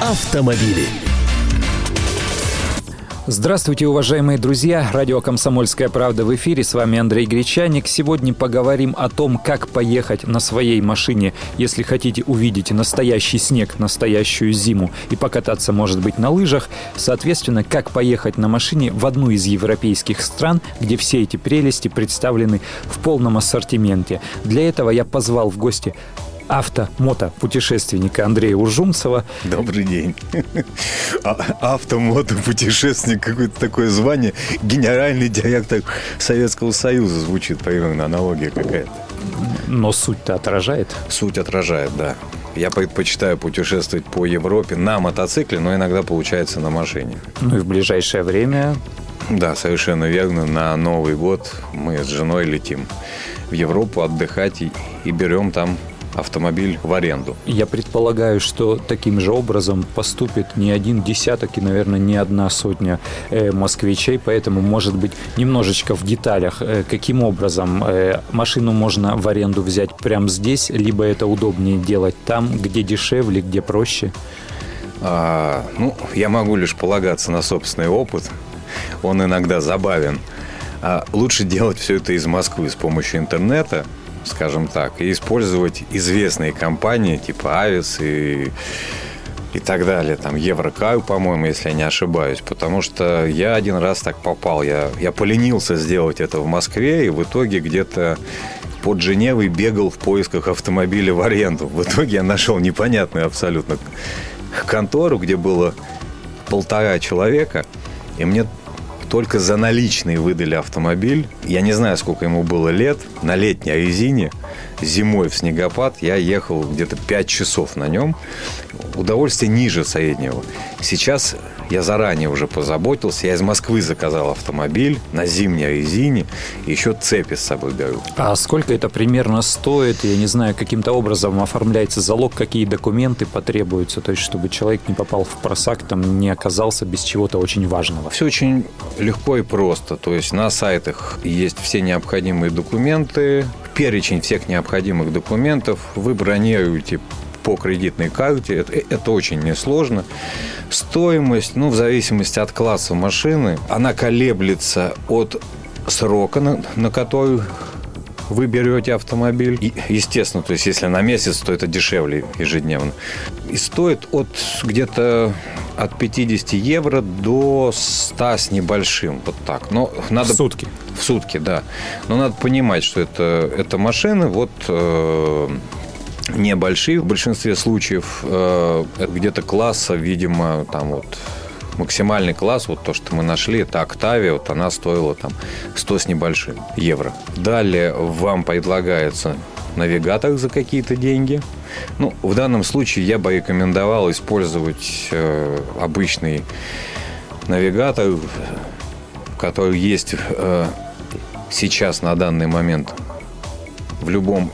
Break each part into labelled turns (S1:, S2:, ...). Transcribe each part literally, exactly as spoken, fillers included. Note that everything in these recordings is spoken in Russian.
S1: автомобили.
S2: Здравствуйте, уважаемые друзья! Радио «Комсомольская правда» в эфире. С вами Андрей Гречаник. Сегодня поговорим о том, как поехать на своей машине, если хотите увидеть настоящий снег, настоящую зиму и покататься, может быть, на лыжах. Соответственно, как поехать на машине в одну из европейских стран, где все эти прелести представлены в полном ассортименте. Для этого я позвал в гости авто-мото-путешественника Андрея Уржумцева.
S3: Добрый день. Авто-мото-путешественник, какое-то такое звание. Генеральный директор Советского Союза звучит примерно, аналогия какая-то.
S2: Но суть-то отражает?
S3: Суть отражает, да. Я предпочитаю путешествовать по Европе на мотоцикле, но иногда получается на машине.
S2: Ну и в ближайшее время...
S3: Да, совершенно верно. На Новый год мы с женой летим в Европу отдыхать и, и берем там автомобиль в аренду.
S2: Я предполагаю, что таким же образом поступит не один десяток и, наверное, не одна сотня э, москвичей, поэтому, может быть, немножечко в деталях, э, каким образом э, машину можно в аренду взять прямо здесь, либо это удобнее делать там, где дешевле, где проще?
S3: А, ну, я могу лишь полагаться на собственный опыт. Он иногда забавен. А лучше делать все это из Москвы с помощью интернета, скажем так, и использовать известные компании типа Авис и, и так далее, там Еврокар, по-моему, если я не ошибаюсь, потому что я один раз так попал, я, я поленился сделать это в Москве, и в итоге где-то под Женевой бегал в поисках автомобиля в аренду. В итоге я нашел непонятную абсолютно контору, где было полтора человека, и мне только за наличные выдали автомобиль. Я не знаю, сколько ему было лет. На летней резине, зимой в снегопад, я ехал где-то пять часов на нем. Удовольствие ниже среднего. Сейчас я заранее уже позаботился. Я из Москвы заказал автомобиль на зимней резине. И еще цепи с собой беру.
S2: А сколько это примерно стоит? Я не знаю, каким-то образом оформляется залог, какие документы потребуются, то есть чтобы человек не попал в просак, там не оказался без чего-то очень важного.
S3: Все очень легко и просто. То есть на сайтах есть все необходимые документы, перечень всех необходимых документов. Вы бронируете по кредитной карте. Это, это очень несложно. Стоимость, ну, в зависимости от класса машины, она колеблется от срока, на, на который вы берете автомобиль. И, естественно, то есть если на месяц, то это дешевле ежедневно. И стоит от где-то от пятьдесят евро до ста с небольшим. Вот так. Но надо...
S2: В сутки?
S3: В сутки, да. Но надо понимать, что это, это машины вот... Э- небольшие. В большинстве случаев э, где-то класса, видимо, там вот максимальный класс, вот то, что мы нашли, это Octavia, вот она стоила там сто с небольшим евро. Далее вам предлагается навигатор за какие-то деньги. Ну, в данном случае я бы рекомендовал использовать э, обычный навигатор, который есть э, сейчас на данный момент в любом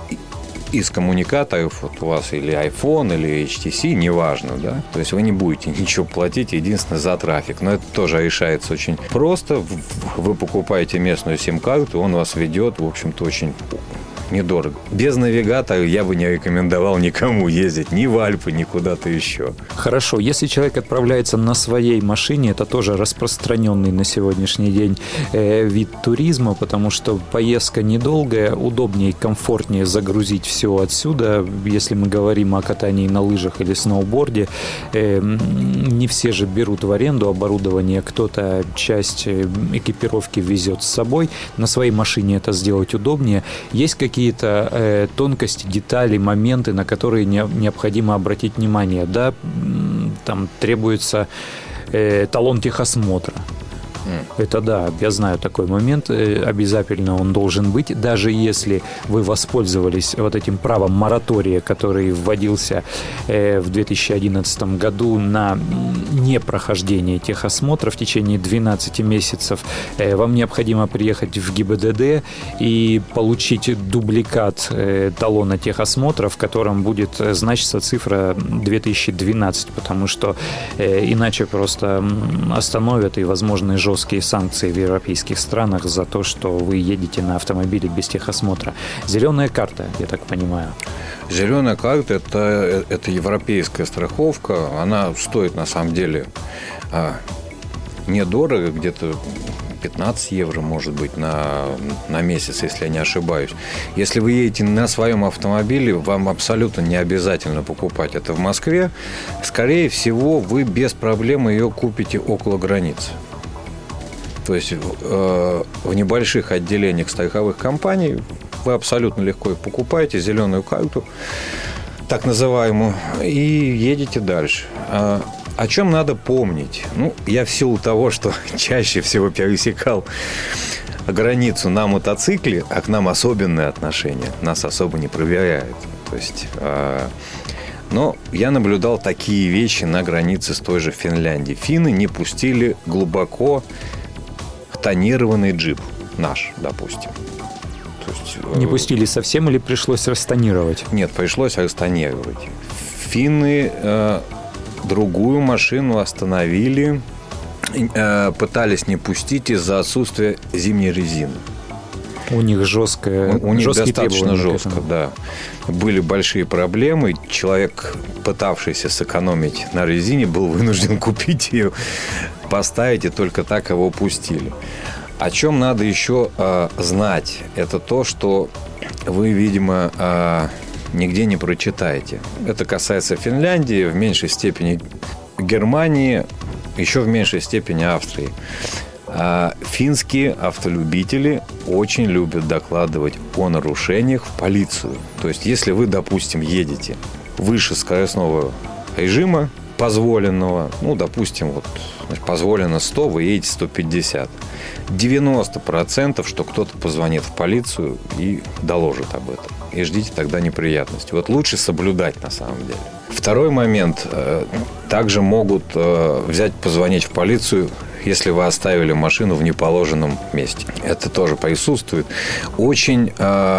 S3: из коммуникаторов, вот у вас или iPhone, или эйч ти си, неважно, да, то есть вы не будете ничего платить, единственное, за трафик, но это тоже решается очень просто, вы покупаете местную сим-карту, он вас ведет, в общем-то, очень недорого. Без навигатора я бы не рекомендовал никому ездить ни в Альпы, ни куда-то еще.
S2: Хорошо. Если человек отправляется на своей машине, это тоже распространенный на сегодняшний день э, вид туризма, потому что поездка недолгая, удобнее и комфортнее загрузить все отсюда. Если мы говорим о катании на лыжах или сноуборде, э, не все же берут в аренду оборудование, кто-то часть экипировки везет с собой. На своей машине это сделать удобнее. Есть какие какие-то э, тонкости, детали, моменты, на которые не, необходимо обратить внимание. Да, там требуется э, талон техосмотра. Это да, я знаю такой момент, обязательно он должен быть, даже если вы воспользовались вот этим правом моратория, который вводился в две тысячи одиннадцатом году на непрохождение техосмотра в течение двенадцати месяцев, вам необходимо приехать в ГИБДД и получить дубликат талона техосмотра, в котором будет значиться цифра две тысячи двенадцать, потому что иначе просто остановят и возможны жесткие жесткие санкции в европейских странах за то, что вы едете на автомобиле без техосмотра. Зеленая карта, я так понимаю.
S3: Зеленая карта это, – это европейская страховка. Она стоит, на самом деле, недорого, где-то пятнадцать евро, может быть, на, на месяц, если я не ошибаюсь. Если вы едете на своем автомобиле, вам абсолютно не обязательно покупать это в Москве. Скорее всего, вы без проблем ее купите около границы. То есть э, в небольших отделениях страховых компаний вы абсолютно легко покупаете зеленую карту, так называемую, и едете дальше. О чем надо помнить? Ну, я в силу того, что чаще всего пересекал границу на мотоцикле, а к нам особенное отношение, нас особо не проверяют. То есть, э, но я наблюдал такие вещи на границе с той же Финляндией. Финны не пустили глубоко тонированный джип наш, допустим. То есть,
S2: не пустили совсем или пришлось растонировать?
S3: Нет, пришлось растонировать. Финны э, другую машину остановили, э, пытались не пустить из-за отсутствия зимней резины.
S2: У них жесткая,
S3: у, у них достаточно жестко, да. Были большие проблемы. Человек, пытавшийся сэкономить на резине, был вынужден купить ее, поставить, и только так его пустили. О чем надо еще э, знать, это то, что вы, видимо, э, нигде не прочитаете. Это касается Финляндии, в меньшей степени Германии, еще в меньшей степени Австрии. Э, финские автолюбители очень любят докладывать о нарушениях в полицию. То есть, если вы, допустим, едете выше скоростного режима, позволенного, ну, допустим, вот, значит, позволено сто, вы едете сто пятьдесят. девяносто процентов, что кто-то позвонит в полицию и доложит об этом. И ждите тогда неприятностей. Вот лучше соблюдать на самом деле. Второй момент. Также могут взять, позвонить в полицию, если вы оставили машину в неположенном месте. Это тоже присутствует. Очень,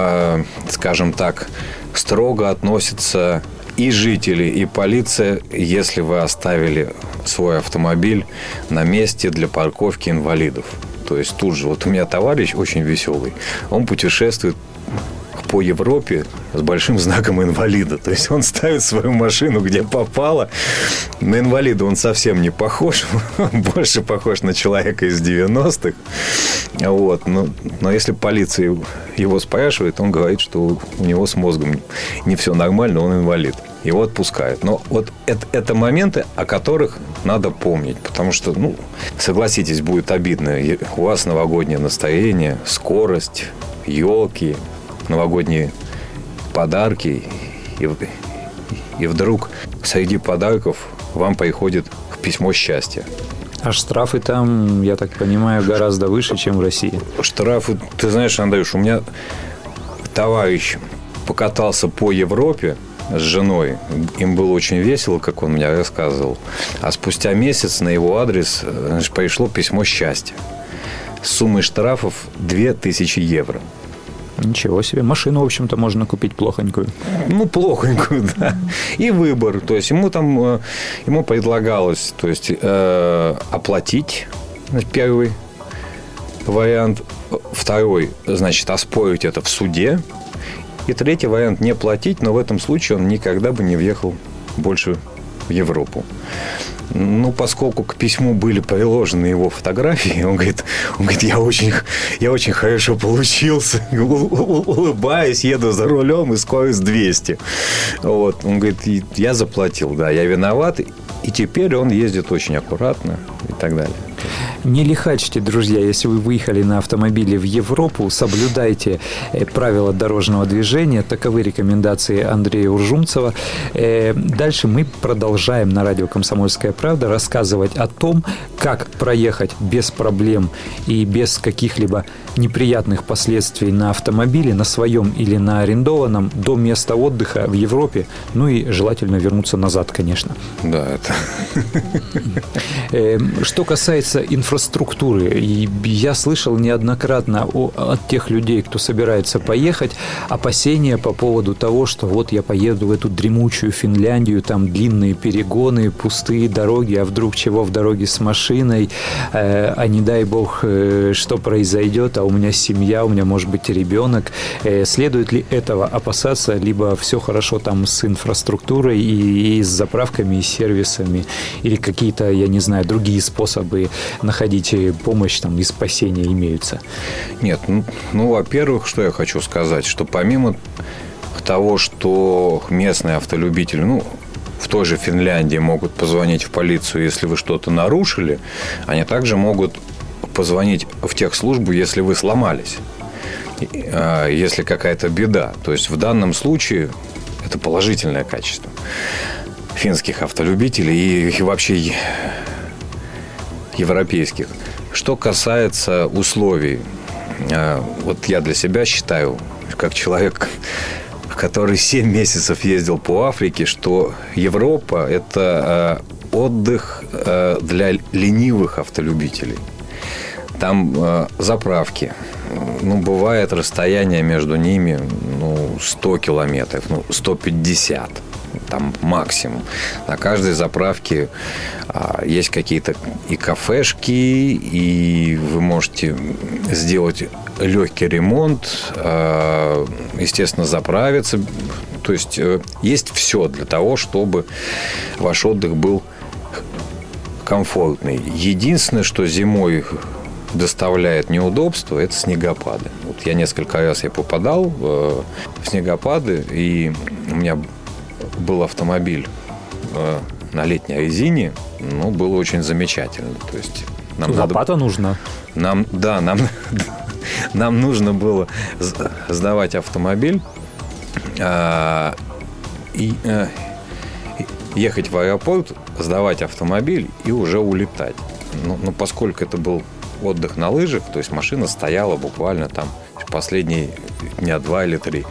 S3: скажем так, строго относятся и жители, и полиция, если вы оставили свой автомобиль на месте для парковки инвалидов. То есть тут же, вот у меня товарищ очень веселый, он путешествует по Европе с большим знаком инвалида. То есть он ставит свою машину, где попало. На инвалида он совсем не похож. Больше похож на человека из девяностых. Вот. Но, но если полиция его спрашивает, он говорит, что у него с мозгом не все нормально, он инвалид. Его отпускают. Но вот это, это моменты, о которых надо помнить. Потому что, ну, согласитесь, будет обидно. У вас новогоднее настроение, скорость, елки, новогодние подарки, и, и вдруг среди подарков вам приходит письмо счастья.
S2: А штрафы там, я так понимаю, гораздо выше, чем в России.
S3: Штрафы, ты знаешь, Андрюш, у меня товарищ покатался по Европе с женой. Им было очень весело, как он мне рассказывал. А спустя месяц на его адрес, значит, пришло письмо счастья с суммой штрафов две тысячи евро.
S2: Ничего себе. Машину, в общем-то, можно купить плохонькую.
S3: Ну, плохонькую, да. И выбор. То есть, ему там ему предлагалось, то есть, э, оплатить, значит, первый вариант. Второй, значит, оспорить это в суде. И третий вариант – не платить, но в этом случае он никогда бы не въехал больше в Европу. Ну, поскольку к письму были приложены его фотографии, он говорит, он говорит, я очень, я очень хорошо получился, улыбаюсь, еду за рулем, и скорость двести. Вот. Он говорит, я заплатил, да, я виноват, и теперь он ездит очень аккуратно и так далее.
S2: Не лихачьте, друзья, если вы выехали на автомобиле в Европу, соблюдайте правила дорожного движения. Таковы рекомендации Андрея Уржумцева. Дальше мы продолжаем на радио «Комсомольская правда» рассказывать о том, как проехать без проблем и без каких-либо неприятных последствий на автомобиле, на своем или на арендованном, до места отдыха в Европе. Ну и желательно вернуться назад, конечно.
S3: Да, это...
S2: Что касается информации, инфраструктуры. И я слышал неоднократно о, от тех людей, кто собирается поехать, опасения по поводу того, что вот я поеду в эту дремучую Финляндию, там длинные перегоны, пустые дороги, а вдруг чего в дороге с машиной, э, а не дай бог, э, что произойдет, а у меня семья, у меня может быть ребенок. Э, следует ли этого опасаться, либо все хорошо там с инфраструктурой и, и с заправками, и сервисами, или какие-то, я не знаю, другие способы находить помощь там и спасения имеются?
S3: Нет, ну, ну, во-первых, что я хочу сказать, что помимо того, что местные автолюбители, ну, в той же Финляндии могут позвонить в полицию, если вы что-то нарушили, они также могут позвонить в техслужбу, если вы сломались, если какая-то беда. То есть в данном случае это положительное качество финских автолюбителей и вообще европейских. Что касается условий, вот я для себя считаю, как человек, который семь месяцев ездил по Африке, что Европа – это отдых для ленивых автолюбителей. Там заправки. Ну, бывает расстояние между ними ну, сто километров, ну, сто пятьдесят. Там максимум. На каждой заправке а, есть какие-то и кафешки, и вы можете сделать легкий ремонт, а, естественно, заправиться. То есть есть все для того, чтобы ваш отдых был комфортный. Единственное, что зимой доставляет неудобства, это снегопады. Вот я несколько раз я попадал в снегопады, и у меня был автомобиль э, на летней резине, ну, было очень замечательно. То есть нам
S2: лопата
S3: надо...
S2: нужна.
S3: Нам, да, нам, нам нужно было сдавать автомобиль э, и э, ехать в аэропорт, сдавать автомобиль и уже улетать. Ну, ну, поскольку это был отдых на лыжах, то есть машина стояла буквально там последние дня два или три.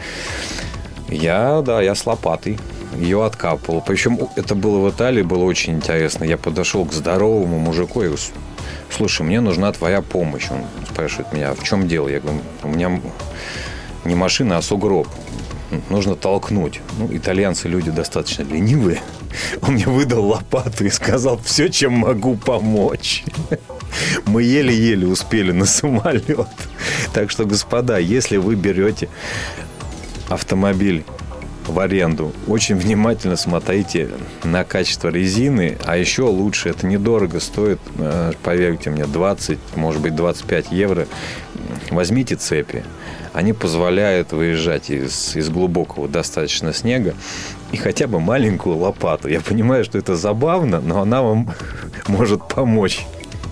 S3: Я, да, я с лопатой ее откапывал. Причем это было в Италии, было очень интересно. Я подошел к здоровому мужику и говорю: слушай, мне нужна твоя помощь. Он спрашивает меня: в чем дело? Я говорю: у меня не машина, а сугроб. Нужно толкнуть. Ну, итальянцы люди достаточно ленивые. Он мне выдал лопату и сказал: все, чем могу помочь. Мы еле-еле успели на самолет. Так что, господа, если вы берете автомобиль в аренду, очень внимательно смотрите на качество резины, а еще лучше, это недорого стоит, поверьте мне, двадцать, может быть, двадцать пять евро. Возьмите цепи. Они позволяют выезжать из, из глубокого достаточно снега и хотя бы маленькую лопату. Я понимаю, что это забавно, но она вам может помочь.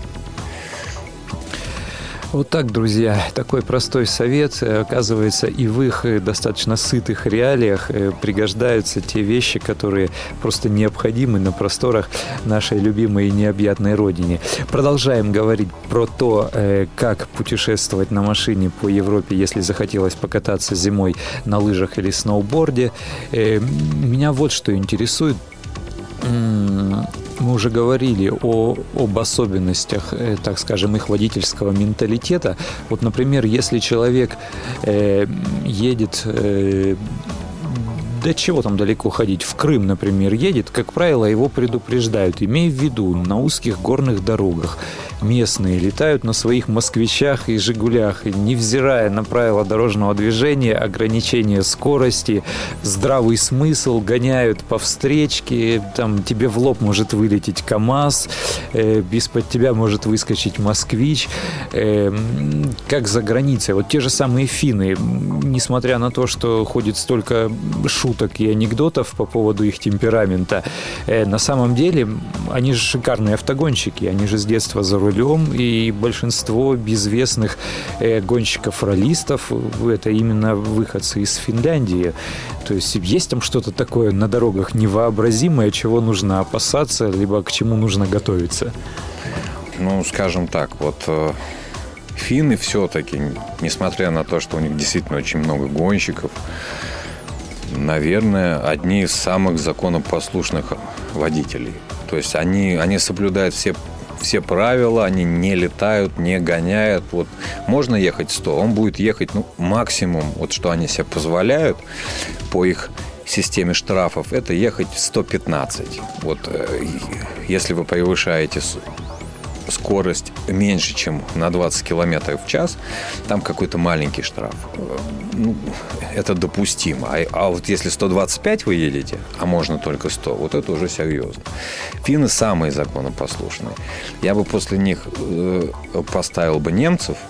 S2: Вот так, друзья, такой простой совет. Оказывается, и в их достаточно сытых реалиях пригождаются те вещи, которые просто необходимы на просторах нашей любимой и необъятной родине. Продолжаем говорить про то, как путешествовать на машине по Европе, если захотелось покататься зимой на лыжах или сноуборде. Меня вот что интересует. Мы уже говорили о, об особенностях, э, так скажем, их водительского менталитета. Вот, например, если человек э, едет... Э, до чего там далеко ходить? В Крым, например, едет, как правило, его предупреждают. Имей в виду, на узких горных дорогах местные летают на своих москвичах и жигулях, невзирая на правила дорожного движения, ограничения скорости, здравый смысл, гоняют по встречке, там тебе в лоб может вылететь КАМАЗ, э, из-под тебя может выскочить москвич, э, как за границей. Вот те же самые финны, несмотря на то, что ходит столько шуток и анекдотов по поводу их темперамента, э, на самом деле они же шикарные автогонщики, они же с детства за рулем, и большинство безвестных э, гонщиков-раллистов это именно выходцы из Финляндии. То есть есть там что-то такое на дорогах невообразимое, чего нужно опасаться, либо к чему нужно готовиться?
S3: Ну, скажем так, вот э, финны все-таки, несмотря на то, что у них действительно очень много гонщиков, наверное, одни из самых законопослушных водителей. То есть они, они соблюдают все все правила, они не летают, не гоняют. Вот можно ехать сто, он будет ехать, ну, максимум, вот что они себе позволяют по их системе штрафов, это ехать сто пятнадцать. Вот если вы превышаете скорость меньше, чем на двадцать километров в час, там какой-то маленький штраф. Ну, это допустимо. А, а вот если сто двадцать пять вы едете, а можно только сто, вот это уже серьезно. Финны самые законопослушные. Я бы после них э, поставил бы немцев,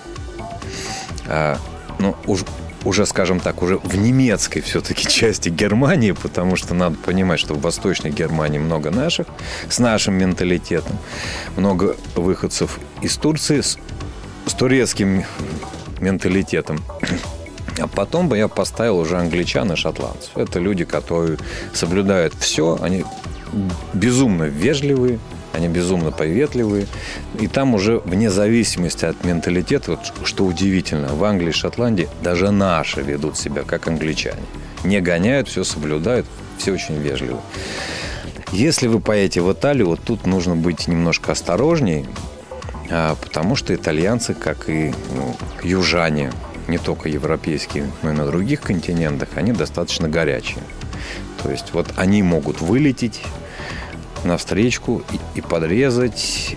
S3: э, ну, уж уже, скажем так, уже в немецкой все-таки части Германии, потому что надо понимать, что в Восточной Германии много наших, с нашим менталитетом, много выходцев из Турции с, с турецким менталитетом. А потом бы я поставил уже англичан и шотландцев. Это люди, которые соблюдают все, они безумно вежливые, они безумно приветливые. И там уже вне зависимости от менталитета, вот, что удивительно, в Англии и Шотландии даже наши ведут себя как англичане. Не гоняют, все соблюдают, все очень вежливы. Если вы поедете в Италию, вот тут нужно быть немножко осторожней, потому что итальянцы, как и ну, южане, не только европейские, но и на других континентах, они достаточно горячие. То есть вот они могут вылететь навстречку и, и подрезать.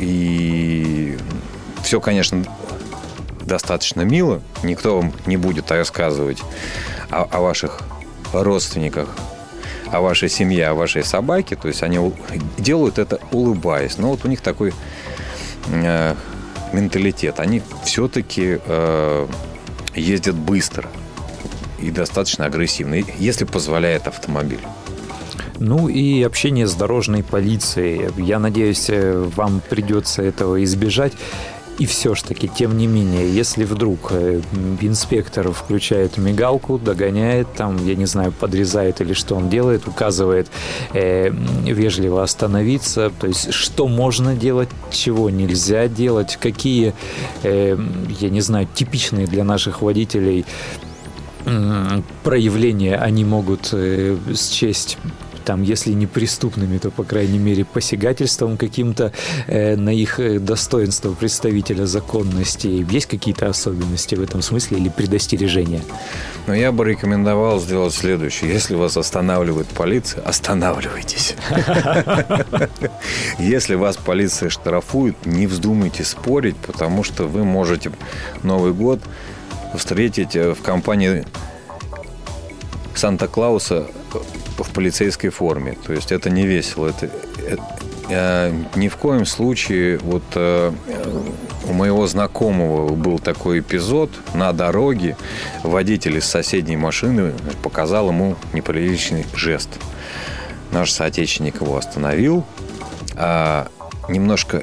S3: И все, конечно, достаточно мило. Никто вам не будет рассказывать о, о ваших родственниках, о вашей семье, о вашей собаке. То есть они делают это, улыбаясь. Но вот у них такой э, менталитет. Они все-таки э, ездят быстро и достаточно агрессивно, если позволяет автомобиль.
S2: Ну и общение с дорожной полицией. Я надеюсь, вам придется этого избежать. И все ж таки, тем не менее, если вдруг инспектор включает мигалку, догоняет, там, я не знаю, подрезает или что он делает, указывает э, вежливо остановиться, то есть что можно делать, чего нельзя делать, какие, э, я не знаю, типичные для наших водителей э, проявления они могут э, счесть, там, если не преступными, то, по крайней мере, посягательством каким-то э, на их достоинство представителя законности. Есть какие-то особенности в этом смысле или предостережения?
S3: Но я бы рекомендовал сделать следующее. Если вас останавливает полиция, останавливайтесь. Если вас полиция штрафует, не вздумайте спорить, потому что вы можете Новый год встретить в компании Санта-Клауса в полицейской форме. То есть это не весело. Это, это, ни в коем случае вот э, у моего знакомого был такой эпизод на дороге. Водитель из соседней машины показал ему неприличный жест. Наш соотечественник его остановил, а немножко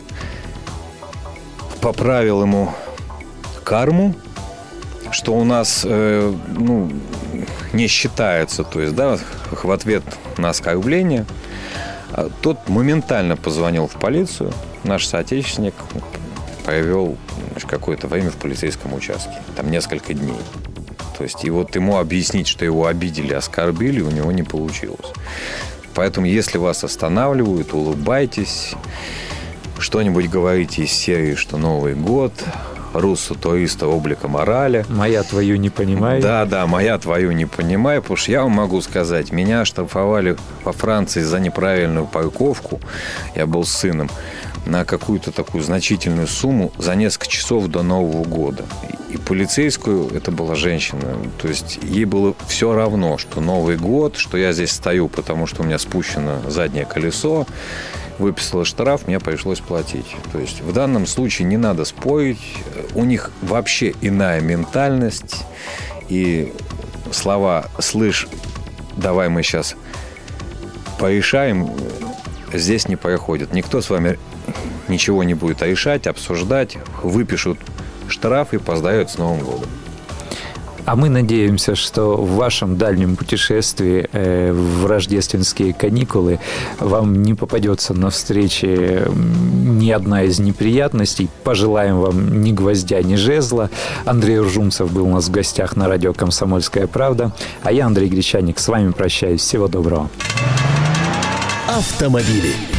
S3: поправил ему карму, что у нас э, ну, не считается, то есть, да, в ответ на оскорбление. Тот моментально позвонил в полицию, наш соотечественник провел какое-то время в полицейском участке, там несколько дней. То есть, и вот ему объяснить, что его обидели, оскорбили, у него не получилось. Поэтому, если вас останавливают, улыбайтесь, что-нибудь говорите из серии, что Новый год, руссо туриста облика морали.
S2: Моя твою не понимаю.
S3: Да, да, моя твою не понимаю, потому что я вам могу сказать, меня штрафовали во Франции за неправильную парковку, я был с сыном, на какую-то такую значительную сумму за несколько часов до Нового года. И полицейскую, это была женщина, то есть ей было все равно, что Новый год, что я здесь стою, потому что у меня спущено заднее колесо, выписала штраф, мне пришлось платить. То есть в данном случае не надо спорить. У них вообще иная ментальность. И слова «слышь, давай мы сейчас порешаем» здесь не проходят. Никто с вами ничего не будет решать, обсуждать. Выпишут штраф и поздравят с Новым годом.
S2: А мы надеемся, что в вашем дальнем путешествии э, в рождественские каникулы вам не попадется на встрече ни одна из неприятностей. Пожелаем вам ни гвоздя, ни жезла. Андрей Уржумцев был у нас в гостях на радио «Комсомольская правда». А я, Андрей Гречаник, с вами прощаюсь. Всего доброго.
S1: Автомобили.